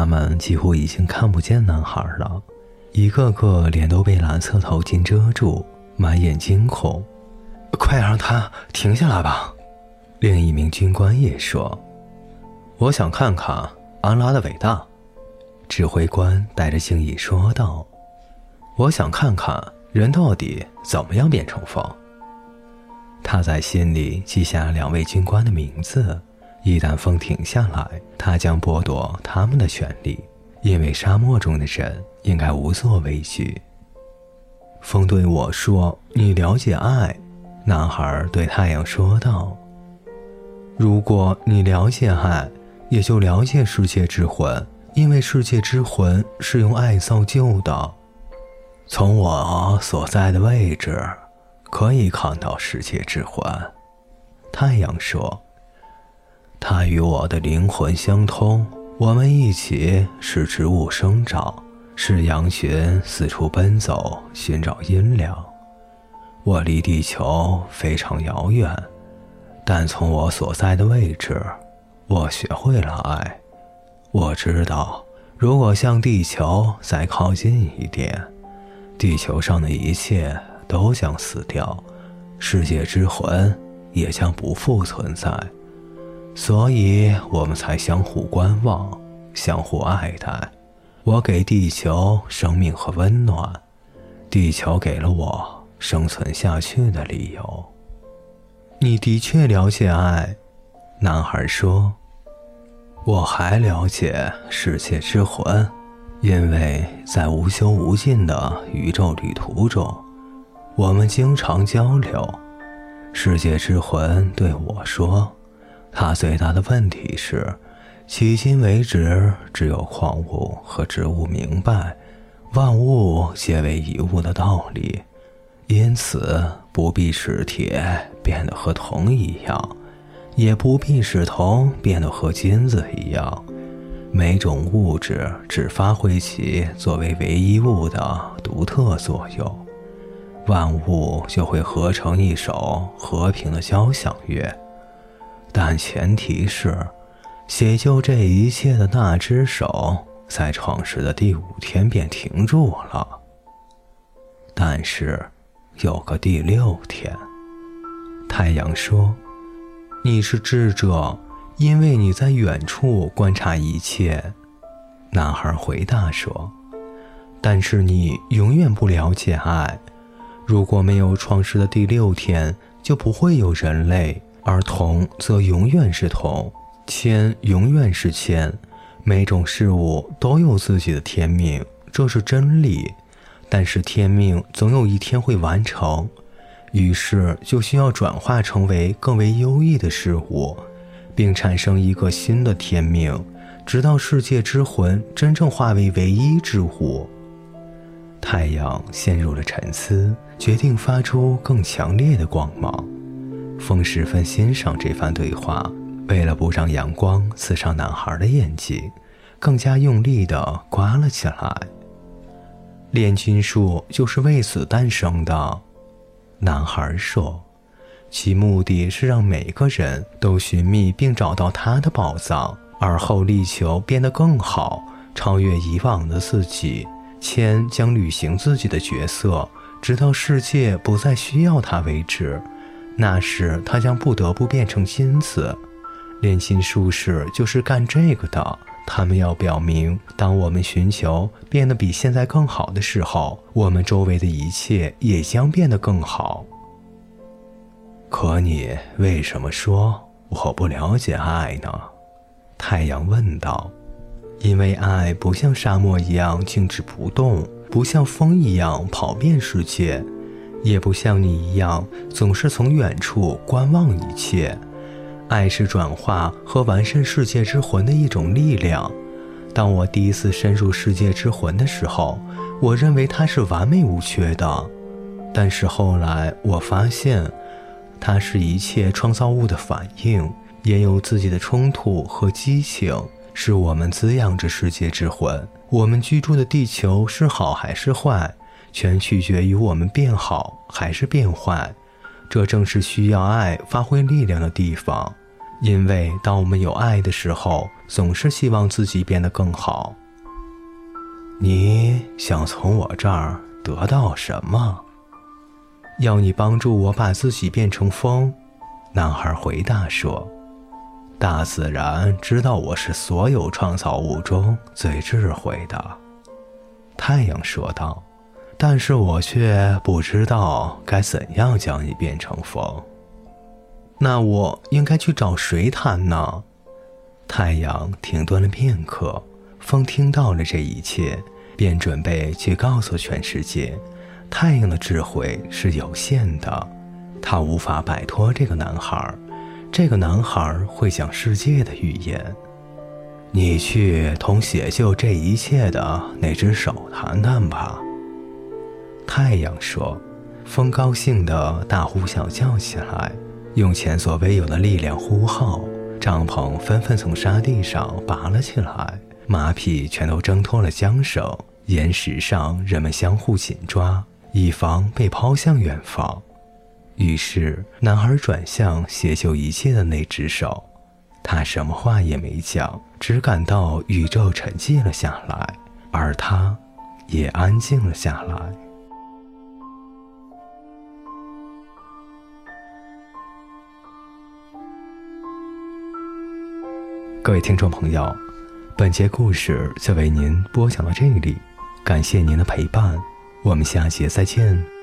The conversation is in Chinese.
他们几乎已经看不见男孩了，一个个脸都被蓝色头巾遮住，满眼惊恐。快让他停下来吧！另一名军官也说。我想看看安拉的伟大，指挥官带着敬意说道。我想看看人到底怎么样变成风。他在心里记下2位军官的名字，一旦风停下来，他将剥夺他们的权利，因为沙漠中的人应该无所畏惧。风对我说，你了解爱。男孩对太阳说道，如果你了解爱，也就了解世界之魂，因为世界之魂是用爱造就的。从我所在的位置可以看到世界之魂。太阳说，它与我的灵魂相通，我们一起使植物生长，使羊群四处奔走寻找阴凉。我离地球非常遥远，但从我所在的位置，我学会了爱。我知道，如果向地球再靠近一点，地球上的一切都将死掉，世界之魂也将不复存在。所以我们才相互观望，相互爱戴。我给地球生命和温暖，地球给了我生存下去的理由。你的确了解爱，男孩说。我还了解世界之魂，因为在无休无尽的宇宙旅途中，我们经常交流。世界之魂对我说，他最大的问题是，迄今为止只有矿物和植物明白万物皆为一物的道理，因此不必使铁变得和铜一样，也不必使铜变得和金子一样。每种物质只发挥其作为唯一物的独特作用，万物就会合成一首和平的交响乐。但前提是，写就这一切的那只手在创世的第5天便停住了。但是有个第6天。太阳说，你是智者，因为你在远处观察一切。男孩回答说，但是你永远不了解爱。如果没有创世的第6天，就不会有人类，而铜则永远是铜，铅永远是铅。每种事物都有自己的天命，这是真理。但是天命总有一天会完成，于是就需要转化成为更为优异的事物，并产生一个新的天命，直到世界之魂真正化为唯一之物。太阳陷入了沉思，决定发出更强烈的光芒。风十分欣赏这番对话，为了不让阳光刺伤男孩的眼睛，更加用力地刮了起来。炼金术就是为此诞生的，男孩说，其目的是让每个人都寻觅并找到他的宝藏，而后力求变得更好，超越以往的自己。谦将履行自己的角色，直到世界不再需要他为止，那时他将不得不变成金子。炼金术士就是干这个的，他们要表明，当我们寻求变得比现在更好的时候，我们周围的一切也将变得更好。可你为什么说我不了解爱呢？太阳问道。因为爱不像沙漠一样静止不动，不像风一样跑遍世界，也不像你一样总是从远处观望一切。爱是转化和完善世界之魂的一种力量。当我第一次深入世界之魂的时候，我认为它是完美无缺的，但是后来我发现，它是一切创造物的反应，也有自己的冲突和激情，是我们滋养着世界之魂。我们居住的地球是好还是坏，全取决于我们变好还是变坏。这正是需要爱发挥力量的地方， 因为当我们有爱的时候，总是希望自己变得更好。你想从我这儿得到什么？要你帮助我把自己变成风。男孩回答说，大自然知道我是所有创造物中最智慧的。太阳说道，但是我却不知道该怎样将你变成风。那我应该去找谁谈呢？太阳停顿了片刻，风听到了这一切，便准备去告诉全世界，太阳的智慧是有限的，他无法摆脱这个男孩，这个男孩会讲世界的语言。你去同写就这一切的那只手谈谈吧。太阳说。风高兴地大呼小叫起来，用前所未有的力量呼号，帐篷纷纷从沙地上拔了起来，马匹全都挣脱了缰绳，岩石上人们相互紧抓，以防被抛向远方。于是男孩转向写就一切的那只手，他什么话也没讲，只感到宇宙沉寂了下来，而他也安静了下来。各位听众朋友，本节故事就为您播讲到这里，感谢您的陪伴，我们下节再见。